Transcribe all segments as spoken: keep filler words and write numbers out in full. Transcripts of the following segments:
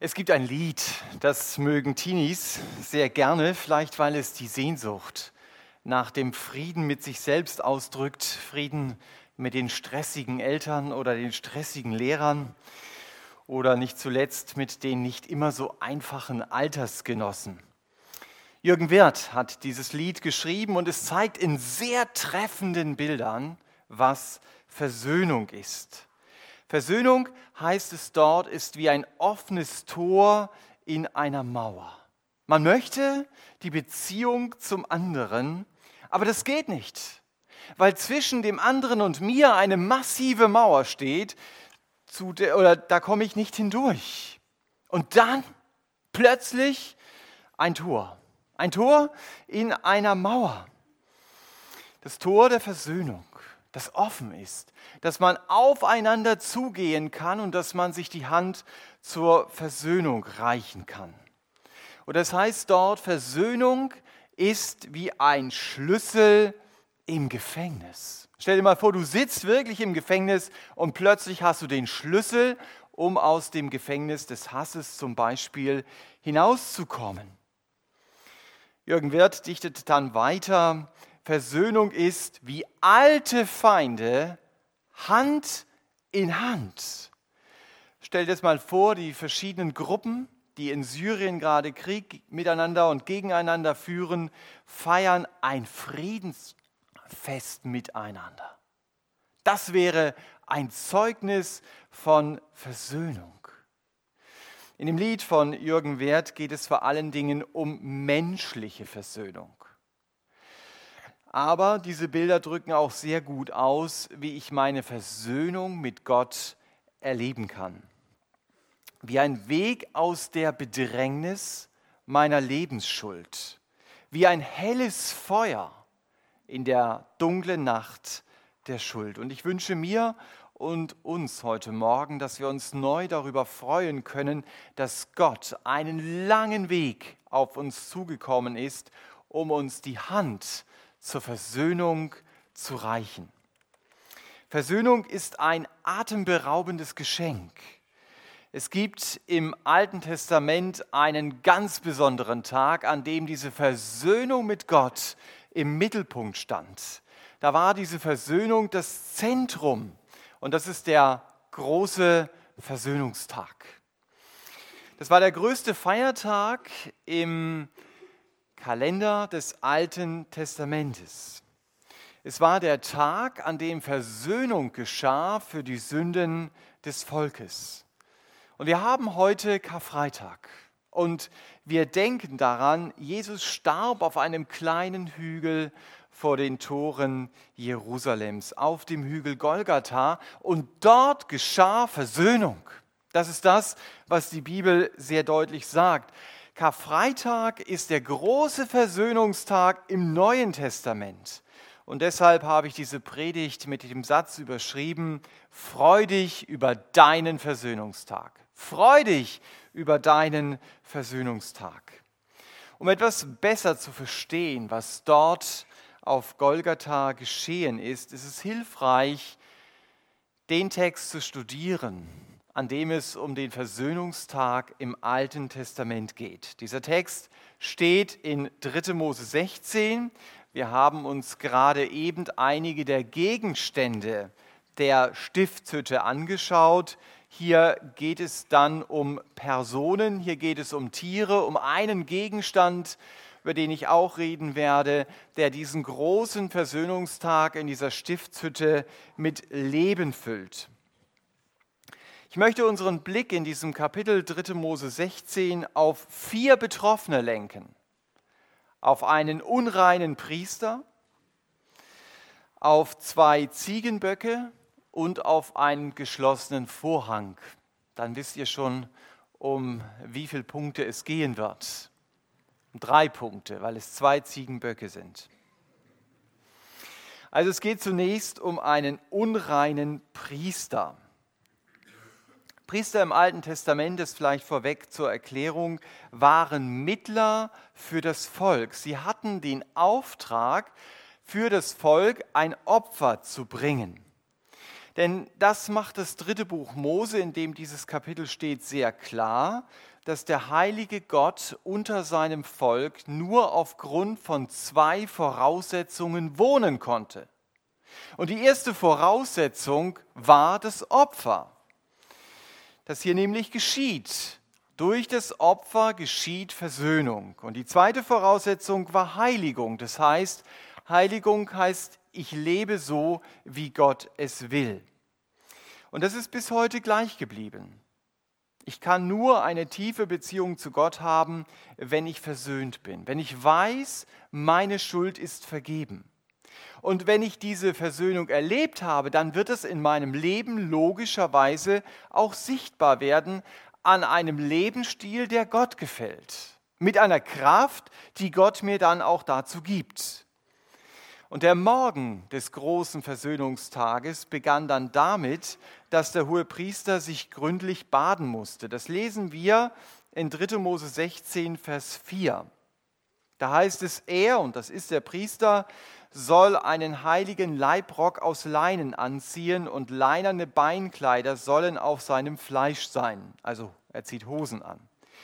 Es gibt ein Lied, das mögen Teenies sehr gerne, vielleicht weil es die Sehnsucht nach dem Frieden mit sich selbst ausdrückt, Frieden mit den stressigen Eltern oder den stressigen Lehrern oder nicht zuletzt mit den nicht immer so einfachen Altersgenossen. Jürgen Wirth hat dieses Lied geschrieben und es zeigt in sehr treffenden Bildern, was Versöhnung ist. Versöhnung, heißt es dort, ist wie ein offenes Tor in einer Mauer. Man möchte die Beziehung zum anderen, aber das geht nicht, weil zwischen dem anderen und mir eine massive Mauer steht, zu der, oder da komme ich nicht hindurch. Und dann plötzlich ein Tor, ein Tor in einer Mauer. Das Tor der Versöhnung, das offen ist, dass man aufeinander zugehen kann und dass man sich die Hand zur Versöhnung reichen kann. Und das heißt dort, Versöhnung ist wie ein Schlüssel im Gefängnis. Stell dir mal vor, du sitzt wirklich im Gefängnis und plötzlich hast du den Schlüssel, um aus dem Gefängnis des Hasses zum Beispiel hinauszukommen. Jürgen Wirth dichtet dann weiter, Versöhnung ist wie alte Feinde Hand in Hand. Stell dir das mal vor, die verschiedenen Gruppen, die in Syrien gerade Krieg miteinander und gegeneinander führen, feiern ein Friedensfest miteinander. Das wäre ein Zeugnis von Versöhnung. In dem Lied von Jürgen Wirth geht es vor allen Dingen um menschliche Versöhnung. Aber diese Bilder drücken auch sehr gut aus, wie ich meine Versöhnung mit Gott erleben kann. Wie ein Weg aus der Bedrängnis meiner Lebensschuld. Wie ein helles Feuer in der dunklen Nacht der Schuld. Und ich wünsche mir und uns heute Morgen, dass wir uns neu darüber freuen können, dass Gott einen langen Weg auf uns zugekommen ist, um uns die Hand zur Versöhnung zu reichen. Versöhnung ist ein atemberaubendes Geschenk. Es gibt im Alten Testament einen ganz besonderen Tag, an dem diese Versöhnung mit Gott im Mittelpunkt stand. Da war diese Versöhnung das Zentrum und das ist der große Versöhnungstag. Das war der größte Feiertag im Kalender des Alten Testamentes. Es war der Tag, an dem Versöhnung geschah für die Sünden des Volkes. Und wir haben heute Karfreitag und wir denken daran, Jesus starb auf einem kleinen Hügel vor den Toren Jerusalems, auf dem Hügel Golgatha, und dort geschah Versöhnung. Das ist das, was die Bibel sehr deutlich sagt. Karfreitag ist der große Versöhnungstag im Neuen Testament. Und deshalb habe ich diese Predigt mit dem Satz überschrieben, freu dich über deinen Versöhnungstag. Freu dich über deinen Versöhnungstag. Um etwas besser zu verstehen, was dort auf Golgatha geschehen ist, ist es hilfreich, den Text zu studieren, an dem es um den Versöhnungstag im Alten Testament geht. Dieser Text steht in dritter Mose sechzehn. Wir haben uns gerade eben einige der Gegenstände der Stiftshütte angeschaut. Hier geht es dann um Personen, hier geht es um Tiere, um einen Gegenstand, über den ich auch reden werde, der diesen großen Versöhnungstag in dieser Stiftshütte mit Leben füllt. Ich möchte unseren Blick in diesem Kapitel dritter Mose sechzehn auf vier Betroffene lenken. Auf einen unreinen Priester, auf zwei Ziegenböcke und auf einen geschlossenen Vorhang. Dann wisst ihr schon, um wie viele Punkte es gehen wird. Um drei Punkte, weil es zwei Ziegenböcke sind. Also es geht zunächst um einen unreinen Priester. Priester im Alten Testament, ist vielleicht vorweg zur Erklärung, waren Mittler für das Volk. Sie hatten den Auftrag, für das Volk ein Opfer zu bringen. Denn das macht das dritte Buch Mose, in dem dieses Kapitel steht, sehr klar. dass der heilige Gott unter seinem Volk nur aufgrund von zwei Voraussetzungen wohnen konnte. Und die erste Voraussetzung war das Opfer, das hier nämlich geschieht. Durch das Opfer geschieht Versöhnung. Und die zweite Voraussetzung war Heiligung. Das heißt, Heiligung heißt, ich lebe so, wie Gott es will. Und das ist bis heute gleich geblieben. Ich kann nur eine tiefe Beziehung zu Gott haben, wenn ich versöhnt bin, wenn ich weiß, meine Schuld ist vergeben. Und wenn ich diese Versöhnung erlebt habe, dann wird es in meinem Leben logischerweise auch sichtbar werden an einem Lebensstil, der Gott gefällt, mit einer Kraft, die Gott mir dann auch dazu gibt. Und der Morgen des großen Versöhnungstages begann dann damit, dass der Hohepriester sich gründlich baden musste. Das lesen wir in dritter Mose sechzehn, Vers vier. Da heißt es, er, und das ist der Priester, soll einen heiligen Leibrock aus Leinen anziehen und leinerne Beinkleider sollen auf seinem Fleisch sein. Also er zieht Hosen an.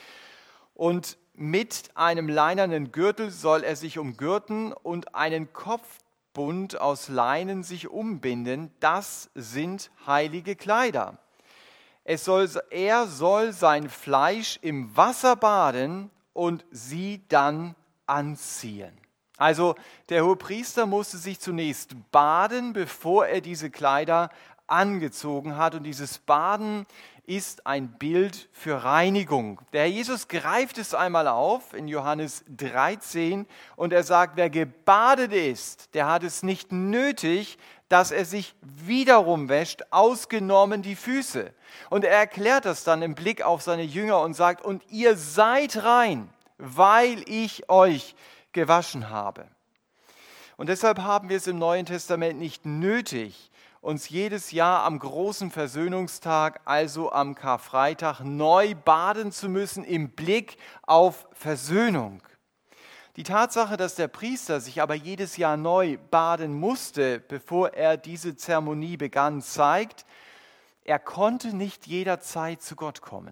Und mit einem leinernen Gürtel soll er sich umgürten und einen Kopfbund aus Leinen sich umbinden. Das sind heilige Kleider. Es soll, er soll sein Fleisch im Wasser baden und sie dann anziehen. Also der Hohepriester musste sich zunächst baden, bevor er diese Kleider angezogen hat. Und dieses Baden ist ein Bild für Reinigung. Der Herr Jesus greift es einmal auf in Johannes dreizehn und er sagt, wer gebadet ist, der hat es nicht nötig, dass er sich wiederum wäscht, ausgenommen die Füße. Und er erklärt das dann im Blick auf seine Jünger und sagt, und ihr seid rein, weil ich euch gewaschen habe. Und deshalb haben wir es im Neuen Testament nicht nötig, uns jedes Jahr am großen Versöhnungstag, also am Karfreitag, neu baden zu müssen im Blick auf Versöhnung. Die Tatsache, dass der Priester sich aber jedes Jahr neu baden musste, bevor er diese Zeremonie begann, zeigt, er konnte nicht jederzeit zu Gott kommen.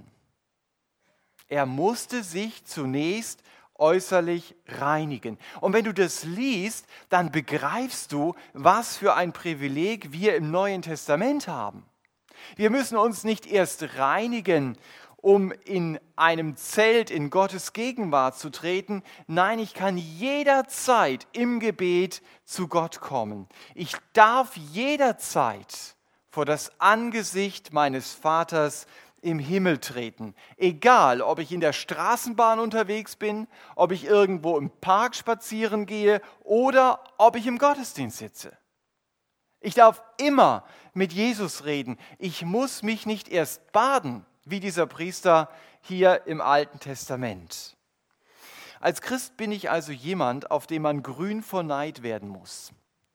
Er musste sich zunächst äußerlich reinigen. Und wenn du das liest, dann begreifst du, was für ein Privileg wir im Neuen Testament haben. Wir müssen uns nicht erst reinigen, um in einem Zelt in Gottes Gegenwart zu treten. Nein, ich kann jederzeit im Gebet zu Gott kommen. Ich darf jederzeit vor das Angesicht meines Vaters im Himmel treten. Egal, ob ich in der Straßenbahn unterwegs bin, ob ich irgendwo im Park spazieren gehe oder ob ich im Gottesdienst sitze. Ich darf immer mit Jesus reden. Ich muss mich nicht erst baden, wie dieser Priester hier im Alten Testament. Als Christ bin ich also jemand, auf den man grün vor Neid werden muss.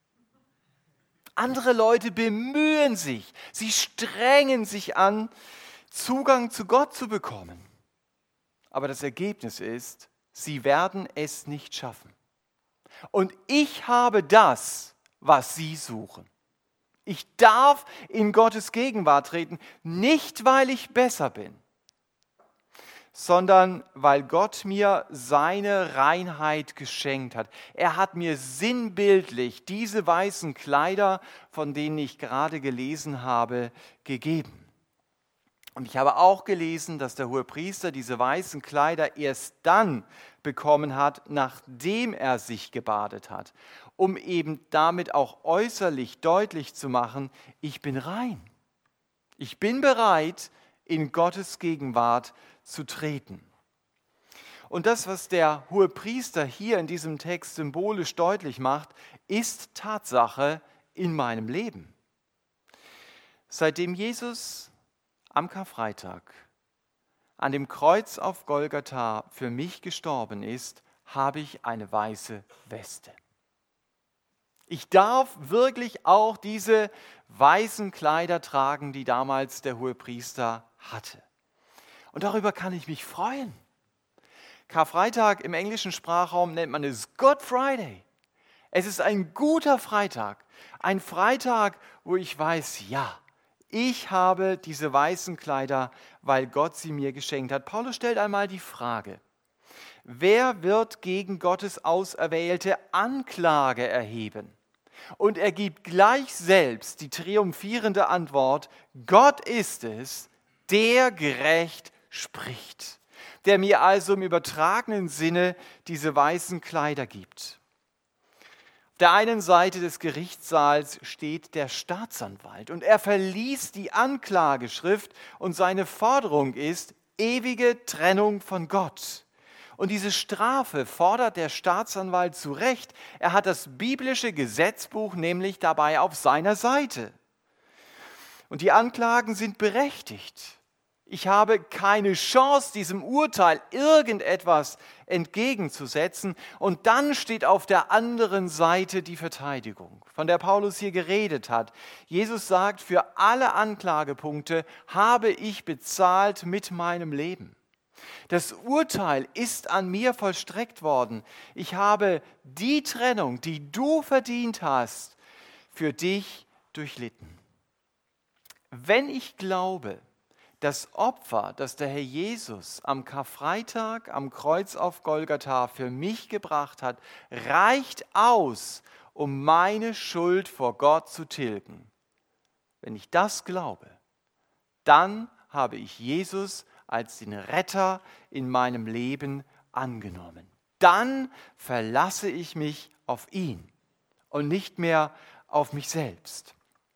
Andere Leute bemühen sich, sie strengen sich an, Zugang zu Gott zu bekommen. Aber das Ergebnis ist, sie werden es nicht schaffen. Und ich habe das, was sie suchen. Ich darf in Gottes Gegenwart treten, nicht weil ich besser bin, sondern weil Gott mir seine Reinheit geschenkt hat. Er hat mir sinnbildlich diese weißen Kleider, von denen ich gerade gelesen habe, gegeben. Und ich habe auch gelesen, dass der Hohepriester diese weißen Kleider erst dann bekommen hat, nachdem er sich gebadet hat, um eben damit auch äußerlich deutlich zu machen, ich bin rein. Ich bin bereit, in Gottes Gegenwart zu treten. Und das, was der Hohepriester hier in diesem Text symbolisch deutlich macht, ist Tatsache in meinem Leben. Seitdem Jesus am Karfreitag an dem Kreuz auf Golgatha für mich gestorben ist, habe ich eine weiße Weste. Ich darf wirklich auch diese weißen Kleider tragen, die damals der Hohepriester hatte. Und darüber kann ich mich freuen. Karfreitag im englischen Sprachraum nennt man es Good Friday. Es ist ein guter Freitag. Ein Freitag, wo ich weiß, ja, Ich habe diese weißen Kleider, weil Gott sie mir geschenkt hat. Paulus stellt einmal die Frage, wer wird gegen Gottes Auserwählte Anklage erheben? Und er gibt gleich selbst die triumphierende Antwort, Gott ist es, der gerecht spricht, der mir also im übertragenen Sinne diese weißen Kleider gibt. Auf der einen Seite des Gerichtssaals steht der Staatsanwalt und er verliest die Anklageschrift und seine Forderung ist ewige Trennung von Gott. Und diese Strafe fordert der Staatsanwalt zu Recht. Er hat das biblische Gesetzbuch nämlich dabei auf seiner Seite. Und die Anklagen sind berechtigt. Ich habe keine Chance, diesem Urteil irgendetwas entgegenzusetzen. Und dann steht auf der anderen Seite die Verteidigung, von der Paulus hier geredet hat. Jesus sagt, für alle Anklagepunkte habe ich bezahlt mit meinem Leben. Das Urteil ist an mir vollstreckt worden. Ich habe die Trennung, die du verdient hast, für dich durchlitten. Wenn ich glaube, das Opfer, das der Herr Jesus am Karfreitag am Kreuz auf Golgatha für mich gebracht hat, reicht aus, um meine Schuld vor Gott zu tilgen. Wenn ich das glaube, dann habe ich Jesus als den Retter in meinem Leben angenommen. Dann verlasse ich mich auf ihn und nicht mehr auf mich selbst.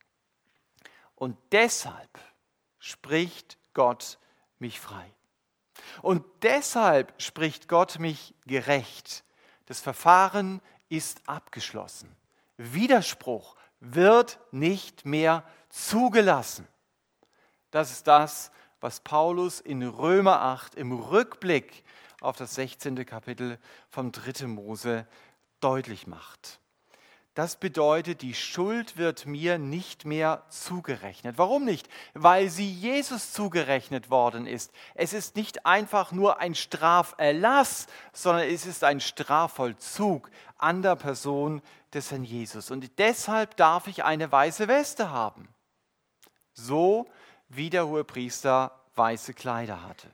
Und deshalb spricht Gott mich frei. Und deshalb spricht Gott mich gerecht. Das Verfahren ist abgeschlossen. Widerspruch wird nicht mehr zugelassen. Das ist das, was Paulus in Römer acht im Rückblick auf das sechzehnte Kapitel vom dritten Mose deutlich macht. Das bedeutet, die Schuld wird mir nicht mehr zugerechnet. Warum nicht? Weil sie Jesus zugerechnet worden ist. Es ist nicht einfach nur ein Straferlass, sondern es ist ein Strafvollzug an der Person des Herrn Jesus. Und deshalb darf ich eine weiße Weste haben. So wie der Hohepriester weiße Kleider hatte.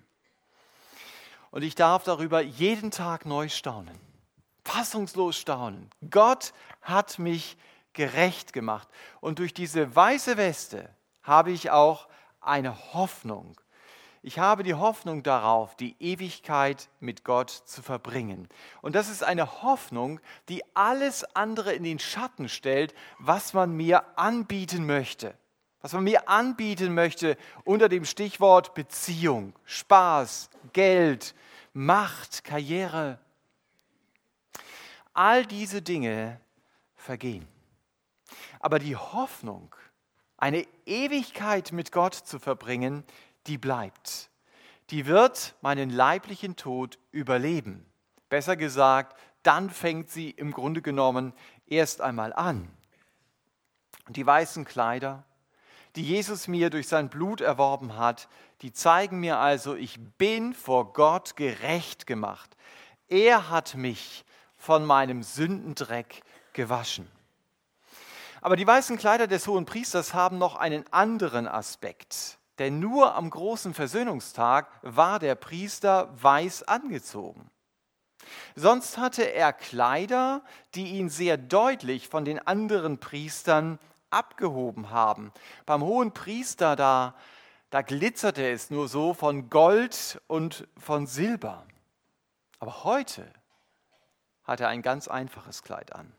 Und ich darf darüber jeden Tag neu staunen. Fassungslos staunen. Gott hat mich gerecht gemacht. Und durch diese weiße Weste habe ich auch eine Hoffnung. Ich habe die Hoffnung darauf, die Ewigkeit mit Gott zu verbringen. Und das ist eine Hoffnung, die alles andere in den Schatten stellt, was man mir anbieten möchte. Was man mir anbieten möchte unter dem Stichwort Beziehung, Spaß, Geld, Macht, Karriere. All diese Dinge vergehen. Aber die Hoffnung, eine Ewigkeit mit Gott zu verbringen, die bleibt. Die wird meinen leiblichen Tod überleben. Besser gesagt, dann fängt sie im Grunde genommen erst einmal an. Und die weißen Kleider, die Jesus mir durch sein Blut erworben hat, die zeigen mir also, ich bin vor Gott gerecht gemacht. Er hat mich von meinem Sündendreck gewaschen. Aber die weißen Kleider des Hohenpriesters haben noch einen anderen Aspekt. Denn nur am großen Versöhnungstag war der Priester weiß angezogen. Sonst hatte er Kleider, die ihn sehr deutlich von den anderen Priestern abgehoben haben. Beim Hohenpriester, da, da glitzerte es nur so von Gold und von Silber. Aber heute hat er ein ganz einfaches Kleid an.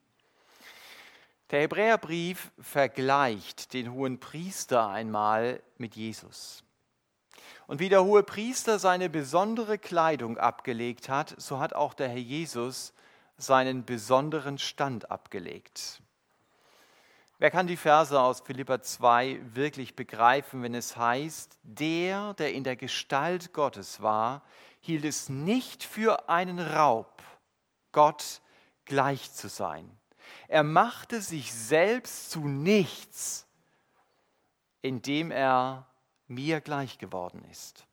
Der Hebräerbrief vergleicht den Hohenpriester einmal mit Jesus. Und wie der Hohepriester seine besondere Kleidung abgelegt hat, so hat auch der Herr Jesus seinen besonderen Stand abgelegt. Wer kann die Verse aus Philipper zwei wirklich begreifen, wenn es heißt, der, der in der Gestalt Gottes war, hielt es nicht für einen Raub, Gott gleich zu sein. Er machte sich selbst zu nichts, indem er mir gleich geworden ist.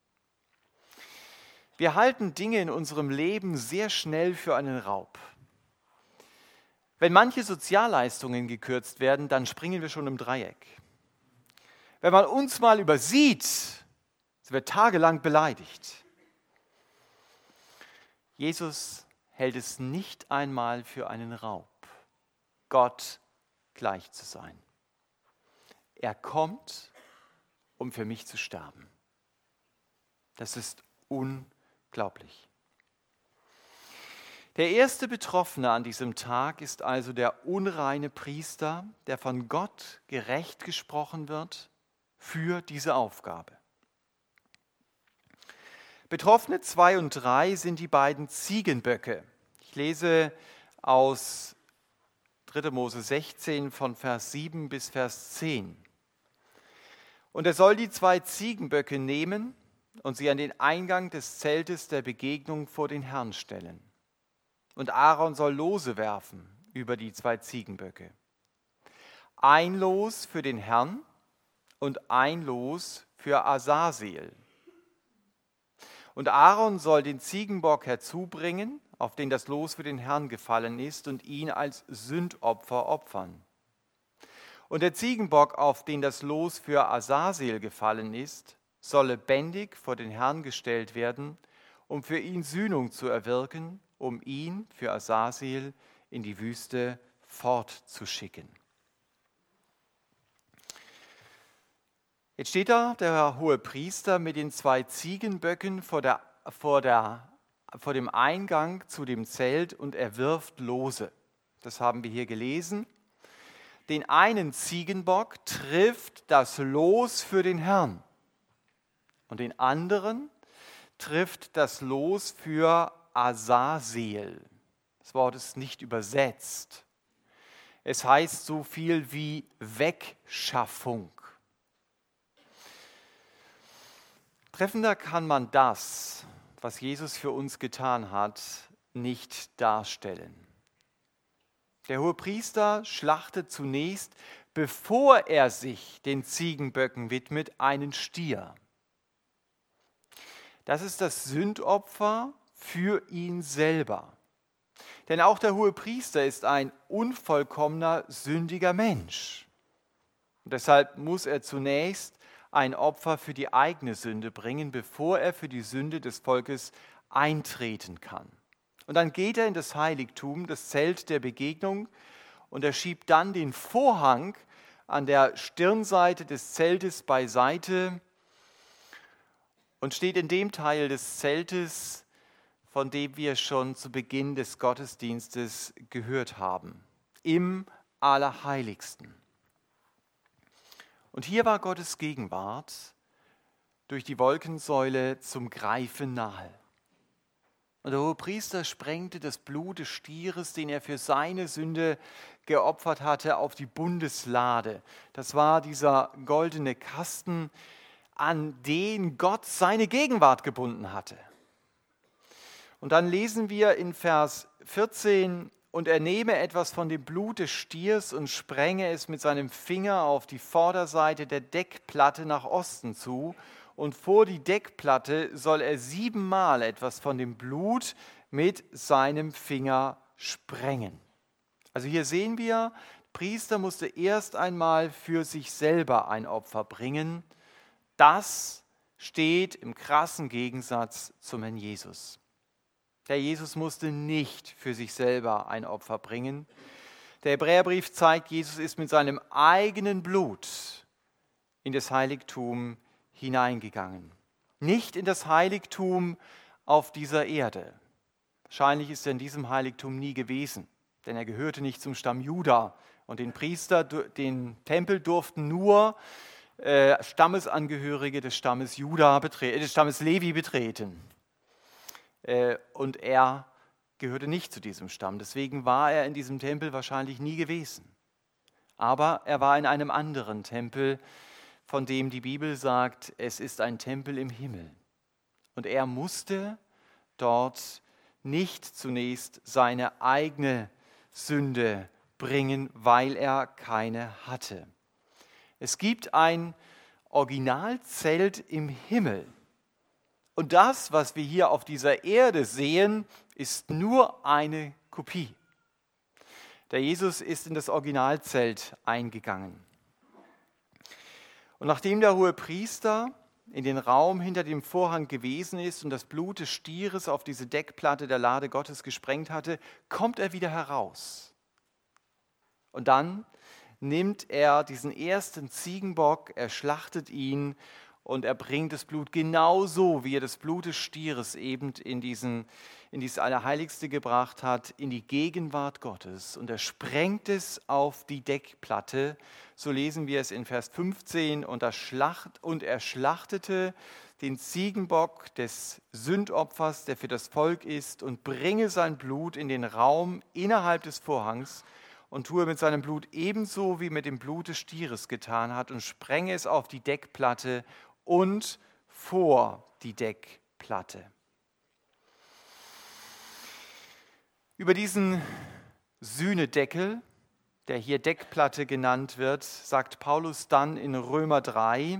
Wir halten Dinge in unserem Leben sehr schnell für einen Raub. Wenn manche Sozialleistungen gekürzt werden, dann springen wir schon im Dreieck. Wenn man uns mal übersieht, sind wir tagelang beleidigt. Jesus hält es nicht einmal für einen Raub, Gott gleich zu sein. Er kommt, um für mich zu sterben. Das ist unglaublich. Der erste Betroffene an diesem Tag ist also der unreine Priester, der von Gott gerecht gesprochen wird für diese Aufgabe. Betroffene zwei und drei sind die beiden Ziegenböcke. Ich lese aus dritter Mose sechzehn von Vers sieben bis Vers zehn. Und er soll die zwei Ziegenböcke nehmen und sie an den Eingang des Zeltes der Begegnung vor den Herrn stellen. Und Aaron soll Lose werfen über die zwei Ziegenböcke. Ein Los für den Herrn und ein Los für Asasel. Und Aaron soll den Ziegenbock herzubringen, auf den das Los für den Herrn gefallen ist, und ihn als Sündopfer opfern. Und der Ziegenbock, auf den das Los für Asasel gefallen ist, soll lebendig vor den Herrn gestellt werden, um für ihn Sühnung zu erwirken, um ihn für Asasel in die Wüste fortzuschicken. Jetzt steht da der hohe Priester mit den zwei Ziegenböcken vor, der, vor, der, vor dem Eingang zu dem Zelt und er wirft Lose. Das haben wir hier gelesen. Den einen Ziegenbock trifft das Los für den Herrn und den anderen trifft das Los für Asasel. Das Wort ist nicht übersetzt. Es heißt so viel wie Wegschaffung. Treffender kann man das, was Jesus für uns getan hat, nicht darstellen. Der Hohepriester schlachtet zunächst, bevor er sich den Ziegenböcken widmet, einen Stier. Das ist das Sündopfer für ihn selber. Denn auch der Hohepriester ist ein unvollkommener, sündiger Mensch. Und deshalb muss er zunächst ein Opfer für die eigene Sünde bringen, bevor er für die Sünde des Volkes eintreten kann. Und dann geht er in das Heiligtum, das Zelt der Begegnung, und er schiebt dann den Vorhang an der Stirnseite des Zeltes beiseite und steht in dem Teil des Zeltes, von dem wir schon zu Beginn des Gottesdienstes gehört haben, im Allerheiligsten. Und hier war Gottes Gegenwart durch die Wolkensäule zum Greifen nahe. Und der Hohepriester sprengte das Blut des Stieres, den er für seine Sünde geopfert hatte, auf die Bundeslade. Das war dieser goldene Kasten, an den Gott seine Gegenwart gebunden hatte. Und dann lesen wir in Vers vierzehn, und er nehme etwas von dem Blut des Stiers und sprenge es mit seinem Finger auf die Vorderseite der Deckplatte nach Osten zu, und vor die Deckplatte soll er siebenmal etwas von dem Blut mit seinem Finger sprengen. Also hier sehen wir, der Priester musste erst einmal für sich selber ein Opfer bringen. Das steht im krassen Gegensatz zum Herrn Jesus. Der Jesus musste nicht für sich selber ein Opfer bringen. Der Hebräerbrief zeigt, Jesus ist mit seinem eigenen Blut in das Heiligtum hineingegangen. Nicht in das Heiligtum auf dieser Erde. Wahrscheinlich ist er in diesem Heiligtum nie gewesen, denn er gehörte nicht zum Stamm Juda. Und den Priester, den Tempel durften nur äh, Stammesangehörige des Stammes Juda, betre- des Stammes Levi betreten. Äh, und er gehörte nicht zu diesem Stamm. Deswegen war er in diesem Tempel wahrscheinlich nie gewesen. Aber er war in einem anderen Tempel, von dem die Bibel sagt, es ist ein Tempel im Himmel. Und er musste dort nicht zunächst seine eigene Sünde bringen, weil er keine hatte. Es gibt ein Originalzelt im Himmel. Und das, was wir hier auf dieser Erde sehen, ist nur eine Kopie. Der Jesus ist in das Originalzelt eingegangen. Und nachdem der Hohepriester in den Raum hinter dem Vorhang gewesen ist und das Blut des Stieres auf diese Deckplatte der Lade Gottes gesprengt hatte, kommt er wieder heraus. Und dann nimmt er diesen ersten Ziegenbock, er schlachtet ihn und er bringt das Blut genauso, wie er das Blut des Stieres eben in, diesen, in dieses Allerheiligste gebracht hat, in die Gegenwart Gottes. Und er sprengt es auf die Deckplatte. So lesen wir es in Vers fünfzehn. Und er, schlacht, und er schlachtete den Ziegenbock des Sündopfers, der für das Volk ist, und bringe sein Blut in den Raum innerhalb des Vorhangs und tue mit seinem Blut ebenso, wie mit dem Blut des Stieres getan hat, und sprenge es auf die Deckplatte und vor die Deckplatte. Über diesen Sühnedeckel, der hier Deckplatte genannt wird, sagt Paulus dann in Römer drei,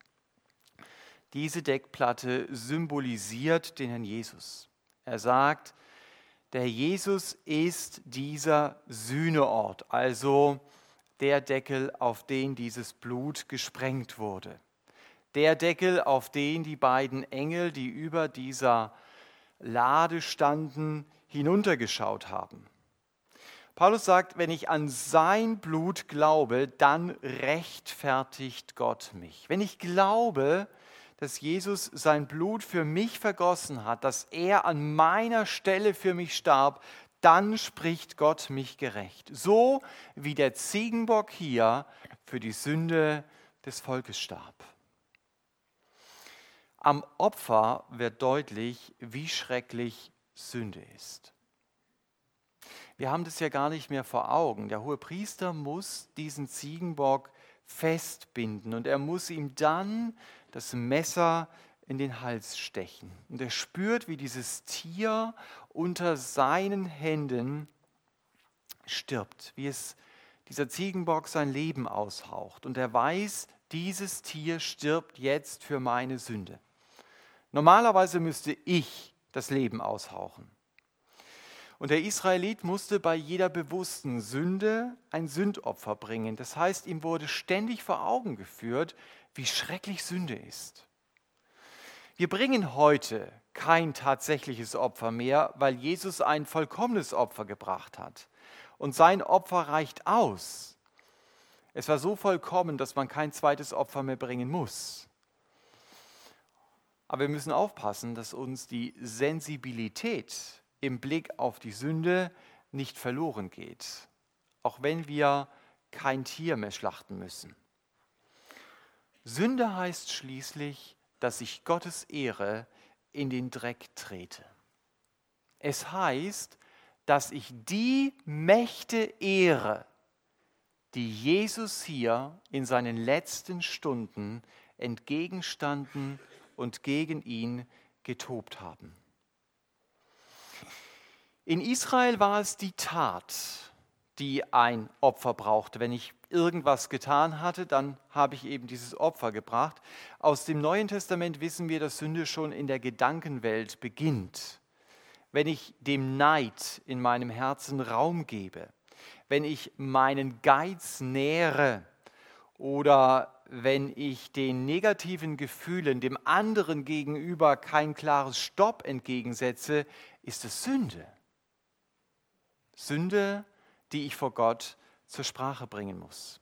diese Deckplatte symbolisiert den Herrn Jesus. Er sagt, der Herr Jesus ist dieser Sühneort, also der Deckel, auf den dieses Blut gesprengt wurde. Der Deckel, auf den die beiden Engel, die über dieser Lade standen, hinuntergeschaut haben. Paulus sagt, wenn ich an sein Blut glaube, dann rechtfertigt Gott mich. Wenn ich glaube, dass Jesus sein Blut für mich vergossen hat, dass er an meiner Stelle für mich starb, dann spricht Gott mich gerecht. So wie der Ziegenbock hier für die Sünde des Volkes starb. Am Opfer wird deutlich, wie schrecklich Sünde ist. Wir haben das ja gar nicht mehr vor Augen. Der Hohepriester muss diesen Ziegenbock festbinden und er muss ihm dann das Messer in den Hals stechen. Und er spürt, wie dieses Tier unter seinen Händen stirbt, wie es dieser Ziegenbock sein Leben aushaucht. Und er weiß, dieses Tier stirbt jetzt für meine Sünde. Normalerweise müsste ich das Leben aushauchen. Und der Israelit musste bei jeder bewussten Sünde ein Sündopfer bringen. Das heißt, ihm wurde ständig vor Augen geführt, wie schrecklich Sünde ist. Wir bringen heute kein tatsächliches Opfer mehr, weil Jesus ein vollkommenes Opfer gebracht hat. Und sein Opfer reicht aus. Es war so vollkommen, dass man kein zweites Opfer mehr bringen muss. Aber wir müssen aufpassen, dass uns die Sensibilität im Blick auf die Sünde nicht verloren geht, auch wenn wir kein Tier mehr schlachten müssen. Sünde heißt schließlich, dass ich Gottes Ehre in den Dreck trete. Es heißt, dass ich die Mächte ehre, die Jesus hier in seinen letzten Stunden entgegenstanden und gegen ihn getobt haben. In Israel war es die Tat, die ein Opfer brauchte. Wenn ich irgendwas getan hatte, dann habe ich eben dieses Opfer gebracht. Aus dem Neuen Testament wissen wir, dass Sünde schon in der Gedankenwelt beginnt. Wenn ich dem Neid in meinem Herzen Raum gebe, wenn ich meinen Geiz nähre oder wenn ich den negativen Gefühlen dem anderen gegenüber kein klares Stopp entgegensetze, ist es Sünde. Sünde, die ich vor Gott zur Sprache bringen muss.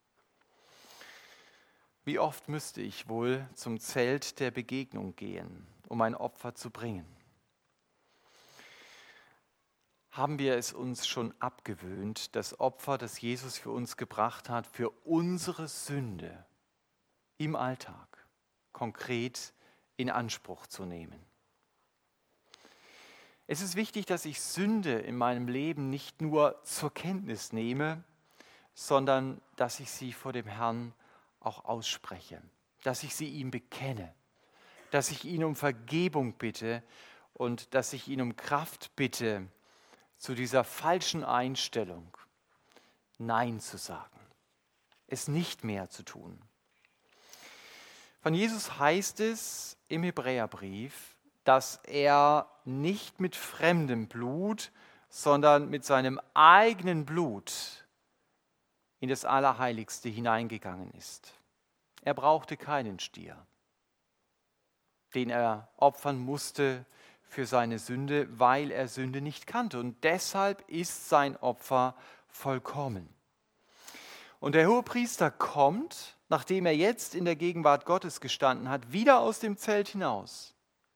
Wie oft müsste ich wohl zum Zelt der Begegnung gehen, um ein Opfer zu bringen? Haben wir es uns schon abgewöhnt, das Opfer, das Jesus für uns gebracht hat, für unsere Sünde im Alltag konkret in Anspruch zu nehmen? Es ist wichtig, dass ich Sünde in meinem Leben nicht nur zur Kenntnis nehme, sondern dass ich sie vor dem Herrn auch ausspreche, dass ich sie ihm bekenne, dass ich ihn um Vergebung bitte und dass ich ihn um Kraft bitte, zu dieser falschen Einstellung Nein zu sagen, es nicht mehr zu tun. Von Jesus heißt es im Hebräerbrief, dass er nicht mit fremdem Blut, sondern mit seinem eigenen Blut in das Allerheiligste hineingegangen ist. Er brauchte keinen Stier, den er opfern musste für seine Sünde, weil er Sünde nicht kannte. Und deshalb ist sein Opfer vollkommen. Und der Hohepriester kommt, nachdem er jetzt in der Gegenwart Gottes gestanden hat, wieder aus dem Zelt hinaus.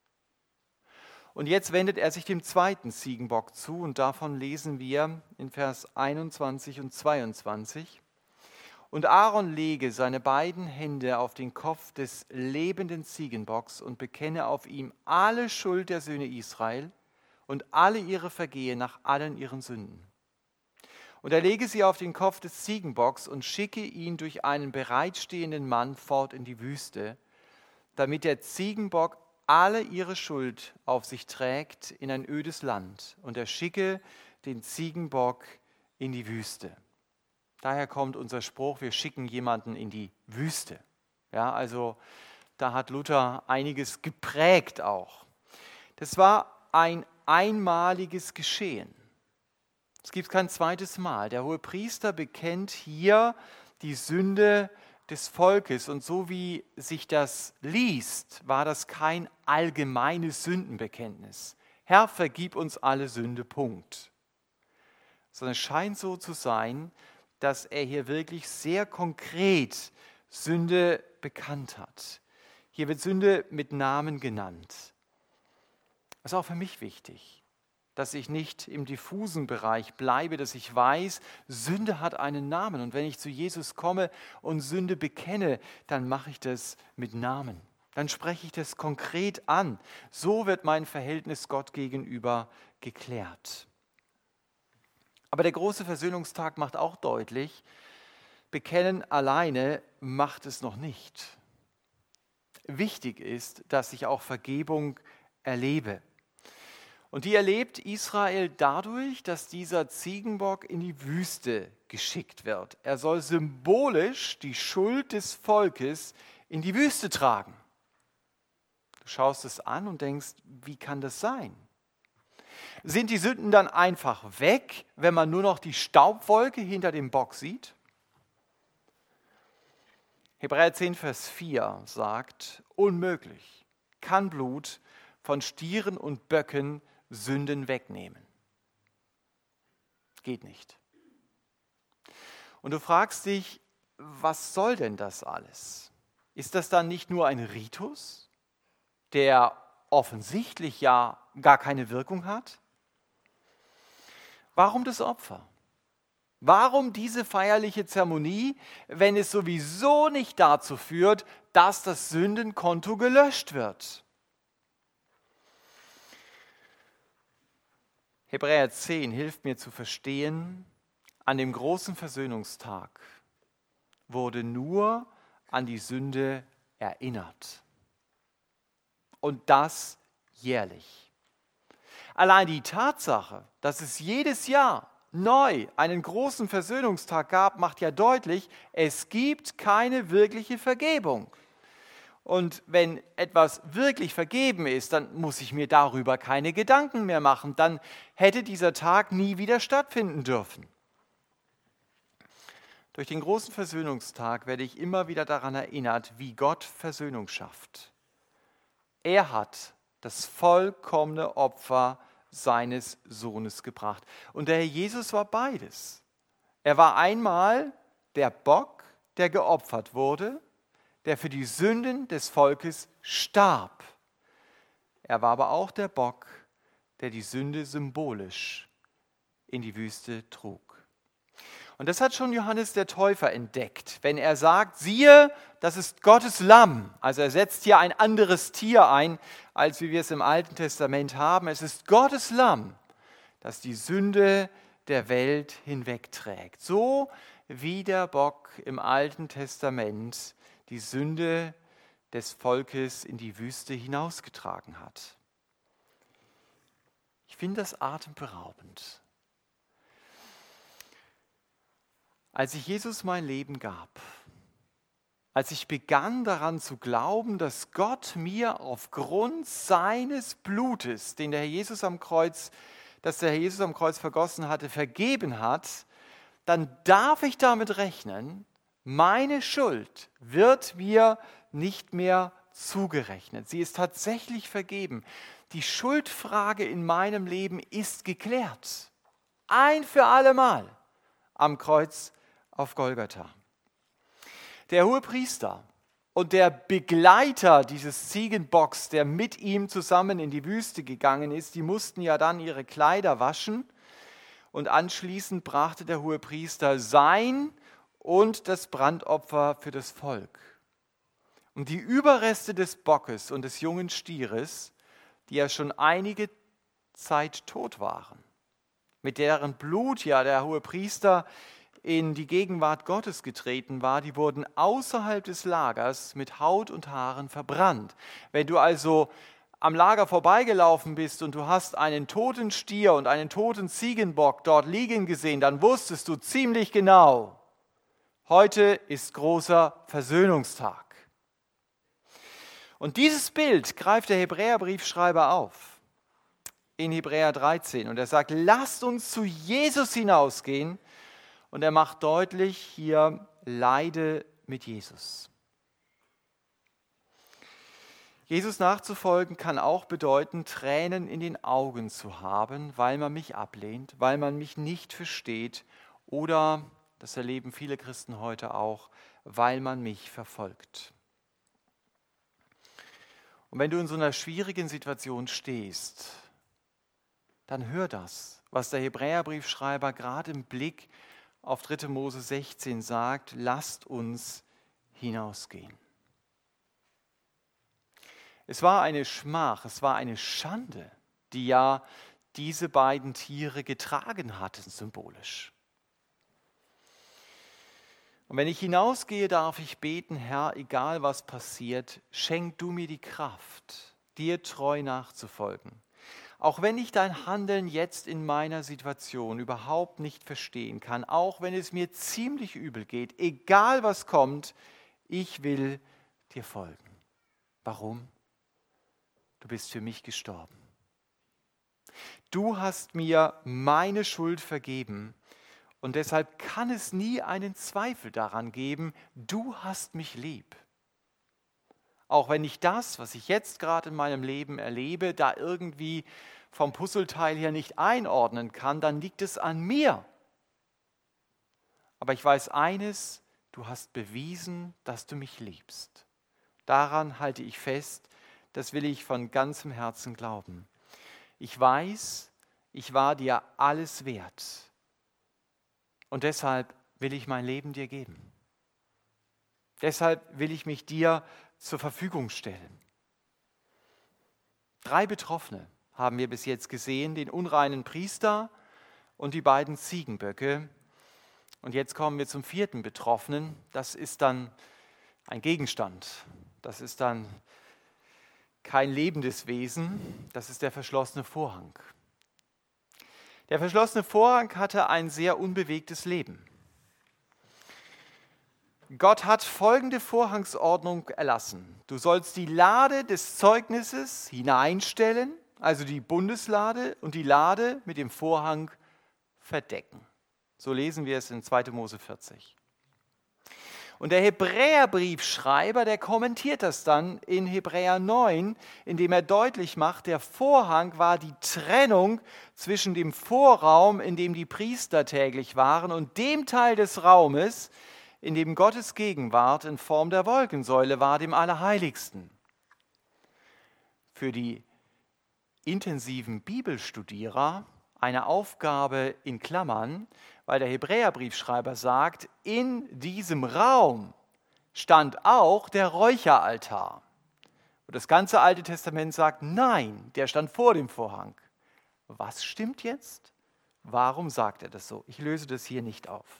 Und jetzt wendet er sich dem zweiten Ziegenbock zu und davon lesen wir in Vers einundzwanzig und zweiundzwanzig. Und Aaron lege seine beiden Hände auf den Kopf des lebenden Ziegenbocks und bekenne auf ihm alle Schuld der Söhne Israel und alle ihre Vergehen nach allen ihren Sünden. Und er lege sie auf den Kopf des Ziegenbocks und schicke ihn durch einen bereitstehenden Mann fort in die Wüste, damit der Ziegenbock alle ihre Schuld auf sich trägt in ein ödes Land. Und er schicke den Ziegenbock in die Wüste. Daher kommt unser Spruch, wir schicken jemanden in die Wüste. Ja, also da hat Luther einiges geprägt auch. Das war ein einmaliges Geschehen. Es gibt kein zweites Mal. Der Hohepriester bekennt hier die Sünde des Volkes. Und so wie sich das liest, war das kein allgemeines Sündenbekenntnis. Herr, vergib uns alle Sünde, Punkt. Sondern es scheint so zu sein, dass er hier wirklich sehr konkret Sünde bekannt hat. Hier wird Sünde mit Namen genannt. Das ist auch für mich wichtig, dass ich nicht im diffusen Bereich bleibe, dass ich weiß, Sünde hat einen Namen. Und wenn ich zu Jesus komme und Sünde bekenne, dann mache ich das mit Namen. Dann spreche ich das konkret an. So wird mein Verhältnis Gott gegenüber geklärt. Aber der große Versöhnungstag macht auch deutlich, Bekennen alleine macht es noch nicht. Wichtig ist, dass ich auch Vergebung erlebe. Und die erlebt Israel dadurch, dass dieser Ziegenbock in die Wüste geschickt wird. Er soll symbolisch die Schuld des Volkes in die Wüste tragen. Du schaust es an und denkst, wie kann das sein? Sind die Sünden dann einfach weg, wenn man nur noch die Staubwolke hinter dem Bock sieht? Hebräer zehn, Vers vier sagt, unmöglich kann Blut von Stieren und Böcken Sünden wegnehmen. Geht nicht. Und du fragst dich, was soll denn das alles? Ist das dann nicht nur ein Ritus, der offensichtlich ja gar keine Wirkung hat? Warum das Opfer? Warum diese feierliche Zeremonie, wenn es sowieso nicht dazu führt, dass das Sündenkonto gelöscht wird? Hebräer zehn hilft mir zu verstehen, an dem großen Versöhnungstag wurde nur an die Sünde erinnert. Und das jährlich. Allein die Tatsache, dass es jedes Jahr neu einen großen Versöhnungstag gab, macht ja deutlich, es gibt keine wirkliche Vergebung. Und wenn etwas wirklich vergeben ist, dann muss ich mir darüber keine Gedanken mehr machen. Dann hätte dieser Tag nie wieder stattfinden dürfen. Durch den großen Versöhnungstag werde ich immer wieder daran erinnert, wie Gott Versöhnung schafft. Er hat das vollkommene Opfer seines Sohnes gebracht. Und der Herr Jesus war beides. Er war einmal der Bock, der geopfert wurde, der für die Sünden des Volkes starb. Er war aber auch der Bock, der die Sünde symbolisch in die Wüste trug. Und das hat schon Johannes der Täufer entdeckt, wenn er sagt, siehe, das ist Gottes Lamm. Also er setzt hier ein anderes Tier ein, als wie wir es im Alten Testament haben. Es ist Gottes Lamm, das die Sünde der Welt hinwegträgt. So wie der Bock im Alten Testament die Sünde des Volkes in die Wüste hinausgetragen hat. Ich finde das atemberaubend. Als ich Jesus mein Leben gab, als ich begann daran zu glauben, dass Gott mir aufgrund seines Blutes, den der Herr Jesus am Kreuz, das der Herr Jesus am Kreuz vergossen hatte, vergeben hat, dann darf ich damit rechnen, Meine Schuld wird mir nicht mehr zugerechnet. Sie ist tatsächlich vergeben. Die Schuldfrage in meinem Leben ist geklärt. Ein für alle Mal am Kreuz auf Golgatha. Der Hohepriester und der Begleiter dieses Ziegenbocks, der mit ihm zusammen in die Wüste gegangen ist, die mussten ja dann ihre Kleider waschen und anschließend brachte der Hohepriester sein und das Brandopfer für das Volk. Und die Überreste des Bockes und des jungen Stieres, die ja schon einige Zeit tot waren, mit deren Blut ja der Hohepriester in die Gegenwart Gottes getreten war, die wurden außerhalb des Lagers mit Haut und Haaren verbrannt. Wenn du also am Lager vorbeigelaufen bist und du hast einen toten Stier und einen toten Ziegenbock dort liegen gesehen, dann wusstest du ziemlich genau, heute ist großer Versöhnungstag. Und dieses Bild greift der Hebräerbriefschreiber auf in Hebräer dreizehn und er sagt, lasst uns zu Jesus hinausgehen, und er macht deutlich hier, leide mit Jesus. Jesus nachzufolgen kann auch bedeuten, Tränen in den Augen zu haben, weil man mich ablehnt, weil man mich nicht versteht oder, das erleben viele Christen heute auch, weil man mich verfolgt. Und wenn du in so einer schwierigen Situation stehst, dann hör das, was der Hebräerbriefschreiber gerade im Blick auf dritte Mose sechzehn sagt, lasst uns hinausgehen. Es war eine Schmach, es war eine Schande, die ja diese beiden Tiere getragen hatten, symbolisch. Und wenn ich hinausgehe, darf ich beten, Herr, egal was passiert, schenk du mir die Kraft, dir treu nachzufolgen. Auch wenn ich dein Handeln jetzt in meiner Situation überhaupt nicht verstehen kann, auch wenn es mir ziemlich übel geht, egal was kommt, ich will dir folgen. Warum? Du bist für mich gestorben. Du hast mir meine Schuld vergeben und deshalb kann es nie einen Zweifel daran geben, du hast mich lieb. Auch wenn ich das, was ich jetzt gerade in meinem Leben erlebe, da irgendwie vom Puzzleteil her nicht einordnen kann, dann liegt es an mir. Aber ich weiß eines, du hast bewiesen, dass du mich liebst. Daran halte ich fest, das will ich von ganzem Herzen glauben. Ich weiß, ich war dir alles wert. Und deshalb will ich mein Leben dir geben. Deshalb will ich mich dir zur Verfügung stellen. Drei Betroffene haben wir bis jetzt gesehen, den unreinen Priester und die beiden Ziegenböcke. Und jetzt kommen wir zum vierten Betroffenen. Das ist dann ein Gegenstand. Das ist dann kein lebendes Wesen. Das ist der verschlossene Vorhang. Der verschlossene Vorhang hatte ein sehr unbewegtes Leben. Gott hat folgende Vorhangsordnung erlassen. Du sollst die Lade des Zeugnisses hineinstellen, also die Bundeslade, und die Lade mit dem Vorhang verdecken. So lesen wir es in zweite Mose vierzig. Und der Hebräerbriefschreiber, der kommentiert das dann in Hebräer neun, indem er deutlich macht, der Vorhang war die Trennung zwischen dem Vorraum, in dem die Priester täglich waren, und dem Teil des Raumes, in dem Gottes Gegenwart in Form der Wolkensäule war, dem Allerheiligsten. Für die intensiven Bibelstudierer eine Aufgabe in Klammern, weil der Hebräerbriefschreiber sagt, in diesem Raum stand auch der Räucheraltar. Und das ganze Alte Testament sagt, nein, der stand vor dem Vorhang. Was stimmt jetzt? Warum sagt er das so? Ich löse das hier nicht auf.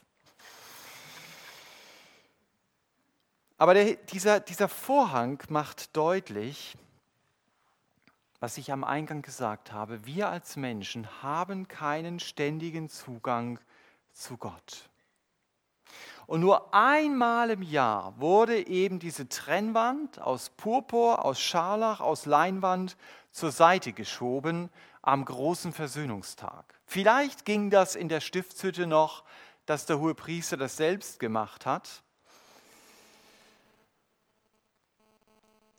Aber der, dieser, dieser Vorhang macht deutlich, was ich am Eingang gesagt habe, wir als Menschen haben keinen ständigen Zugang zu Gott. Und nur einmal im Jahr wurde eben diese Trennwand aus Purpur, aus Scharlach, aus Leinwand zur Seite geschoben am großen Versöhnungstag. Vielleicht ging das in der Stiftshütte noch, dass der Hohepriester das selbst gemacht hat.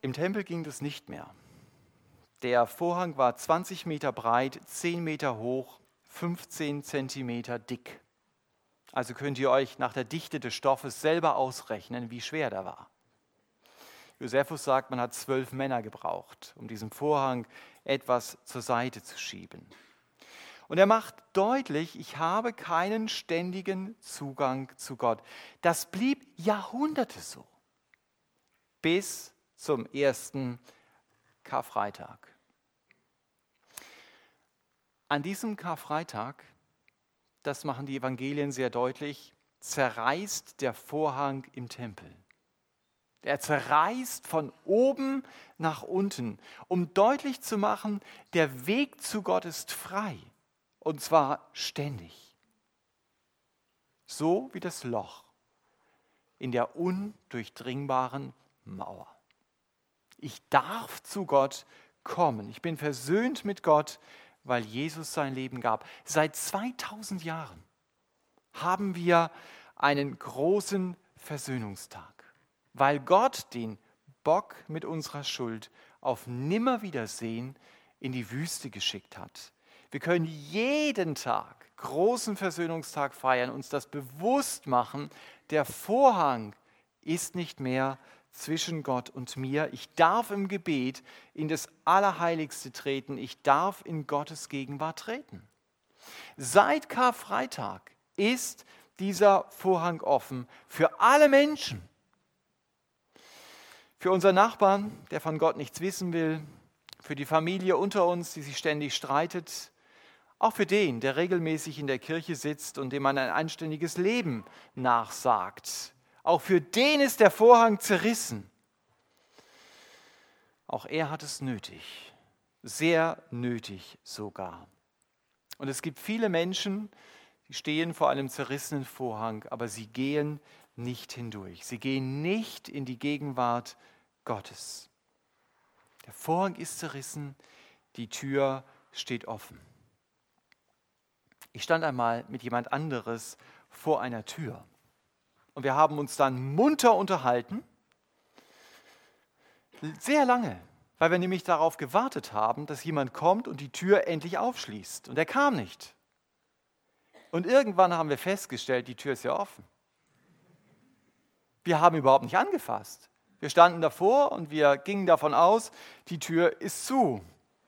Im Tempel ging das nicht mehr. Der Vorhang war zwanzig Meter breit, zehn Meter hoch, fünfzehn Zentimeter dick. Also könnt ihr euch nach der Dichte des Stoffes selber ausrechnen, wie schwer der war. Josephus sagt, man hat zwölf Männer gebraucht, um diesen Vorhang etwas zur Seite zu schieben. Und er macht deutlich, ich habe keinen ständigen Zugang zu Gott. Das blieb Jahrhunderte so, bis zum ersten Karfreitag. An diesem Karfreitag, das machen die Evangelien sehr deutlich, zerreißt der Vorhang im Tempel. Er zerreißt von oben nach unten, um deutlich zu machen, der Weg zu Gott ist frei, und zwar ständig. So wie das Loch in der undurchdringbaren Mauer. Ich darf zu Gott kommen. Ich bin versöhnt mit Gott, weil Jesus sein Leben gab. Seit zweitausend Jahren haben wir einen großen Versöhnungstag, weil Gott den Bock mit unserer Schuld auf Nimmerwiedersehen in die Wüste geschickt hat. Wir können jeden Tag großen Versöhnungstag feiern, uns das bewusst machen, der Vorhang ist nicht mehr zwischen Gott und mir. Ich darf im Gebet in das Allerheiligste treten. Ich darf in Gottes Gegenwart treten. Seit Karfreitag ist dieser Vorhang offen für alle Menschen. Für unseren Nachbarn, der von Gott nichts wissen will, für die Familie unter uns, die sich ständig streitet, auch für den, der regelmäßig in der Kirche sitzt und dem man ein anständiges Leben nachsagt. Auch für den ist der Vorhang zerrissen. Auch er hat es nötig, sehr nötig sogar. Und es gibt viele Menschen, die stehen vor einem zerrissenen Vorhang, aber sie gehen nicht hindurch. Sie gehen nicht in die Gegenwart Gottes. Der Vorhang ist zerrissen, die Tür steht offen. Ich stand einmal mit jemand anderes vor einer Tür. Und wir haben uns dann munter unterhalten, sehr lange, weil wir nämlich darauf gewartet haben, dass jemand kommt und die Tür endlich aufschließt. Und er kam nicht. Und irgendwann haben wir festgestellt, die Tür ist ja offen. Wir haben überhaupt nicht angefasst. Wir standen davor und wir gingen davon aus, die Tür ist zu.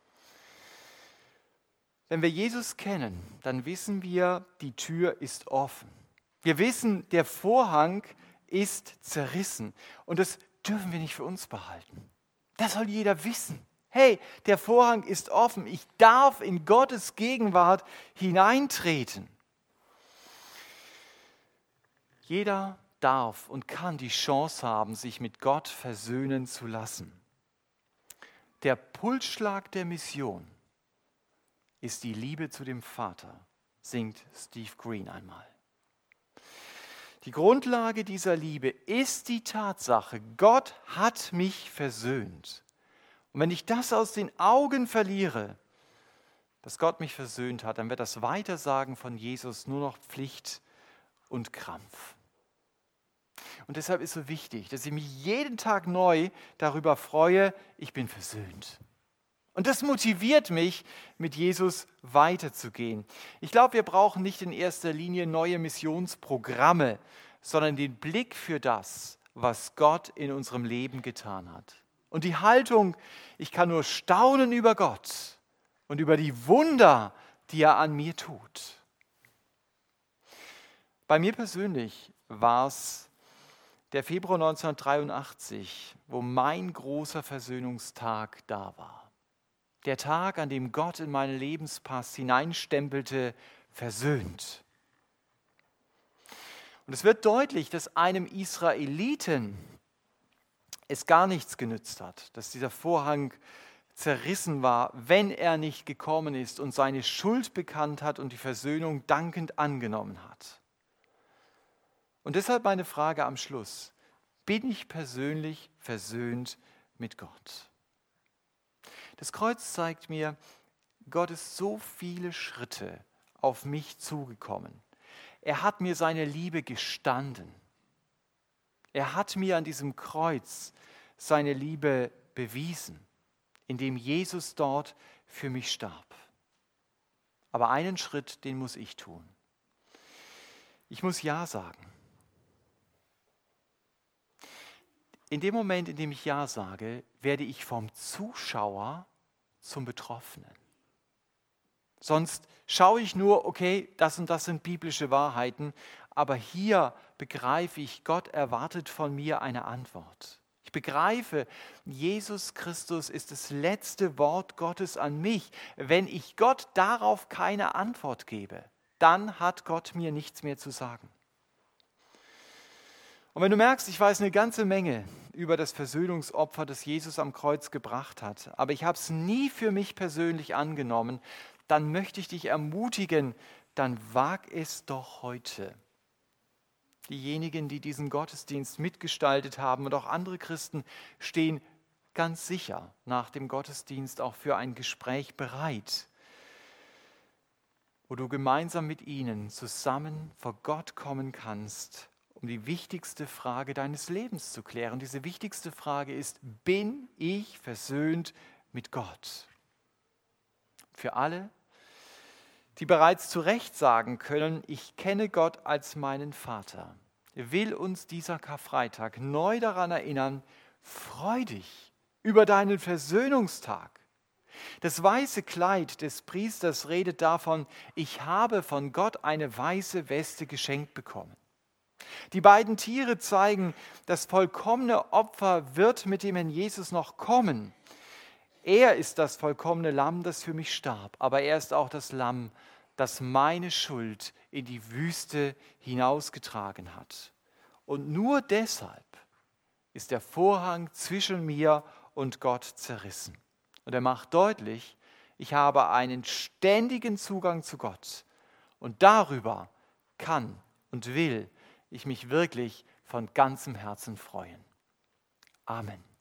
Wenn wir Jesus kennen, dann wissen wir, die Tür ist offen. Wir wissen, der Vorhang ist zerrissen und das dürfen wir nicht für uns behalten. Das soll jeder wissen. Hey, der Vorhang ist offen. Ich darf in Gottes Gegenwart hineintreten. Jeder darf und kann die Chance haben, sich mit Gott versöhnen zu lassen. Der Pulsschlag der Mission ist die Liebe zu dem Vater, singt Steve Green einmal. Die Grundlage dieser Liebe ist die Tatsache, Gott hat mich versöhnt. Und wenn ich das aus den Augen verliere, dass Gott mich versöhnt hat, dann wird das Weitersagen von Jesus nur noch Pflicht und Krampf. Und deshalb ist so wichtig, dass ich mich jeden Tag neu darüber freue, ich bin versöhnt. Und das motiviert mich, mit Jesus weiterzugehen. Ich glaube, wir brauchen nicht in erster Linie neue Missionsprogramme, sondern den Blick für das, was Gott in unserem Leben getan hat. Und die Haltung, ich kann nur staunen über Gott und über die Wunder, die er an mir tut. Bei mir persönlich war es der Februar neunzehnhundertdreiundachtzig, wo mein großer Versöhnungstag da war. Der Tag, an dem Gott in meinen Lebenspass hineinstempelte, versöhnt. Und es wird deutlich, dass einem Israeliten es gar nichts genützt hat, dass dieser Vorhang zerrissen war, wenn er nicht gekommen ist und seine Schuld bekannt hat und die Versöhnung dankend angenommen hat. Und deshalb meine Frage am Schluss: Bin ich persönlich versöhnt mit Gott? Das Kreuz zeigt mir, Gott ist so viele Schritte auf mich zugekommen. Er hat mir seine Liebe gestanden. Er hat mir an diesem Kreuz seine Liebe bewiesen, indem Jesus dort für mich starb. Aber einen Schritt, den muss ich tun. Ich muss Ja sagen. In dem Moment, in dem ich Ja sage, werde ich vom Zuschauer zum Betroffenen. Sonst schaue ich nur, okay, das und das sind biblische Wahrheiten, aber hier begreife ich, Gott erwartet von mir eine Antwort. Ich begreife, Jesus Christus ist das letzte Wort Gottes an mich. Wenn ich Gott darauf keine Antwort gebe, dann hat Gott mir nichts mehr zu sagen. Und wenn du merkst, ich weiß eine ganze Menge über das Versöhnungsopfer, das Jesus am Kreuz gebracht hat, aber ich habe es nie für mich persönlich angenommen, dann möchte ich dich ermutigen, dann wag es doch heute. Diejenigen, die diesen Gottesdienst mitgestaltet haben und auch andere Christen, stehen ganz sicher nach dem Gottesdienst auch für ein Gespräch bereit, wo du gemeinsam mit ihnen zusammen vor Gott kommen kannst, um die wichtigste Frage deines Lebens zu klären. Diese wichtigste Frage ist, bin ich versöhnt mit Gott? Für alle, die bereits zu Recht sagen können, ich kenne Gott als meinen Vater, will uns dieser Karfreitag neu daran erinnern, freu dich über deinen Versöhnungstag. Das weiße Kleid des Priesters redet davon, ich habe von Gott eine weiße Weste geschenkt bekommen. Die beiden Tiere zeigen, das vollkommene Opfer wird mit dem Herrn Jesus noch kommen. Er ist das vollkommene Lamm, das für mich starb, aber er ist auch das Lamm, das meine Schuld in die Wüste hinausgetragen hat. Und nur deshalb ist der Vorhang zwischen mir und Gott zerrissen. Und er macht deutlich, ich habe einen ständigen Zugang zu Gott. Und darüber kann und will ich mich wirklich von ganzem Herzen freuen. Amen.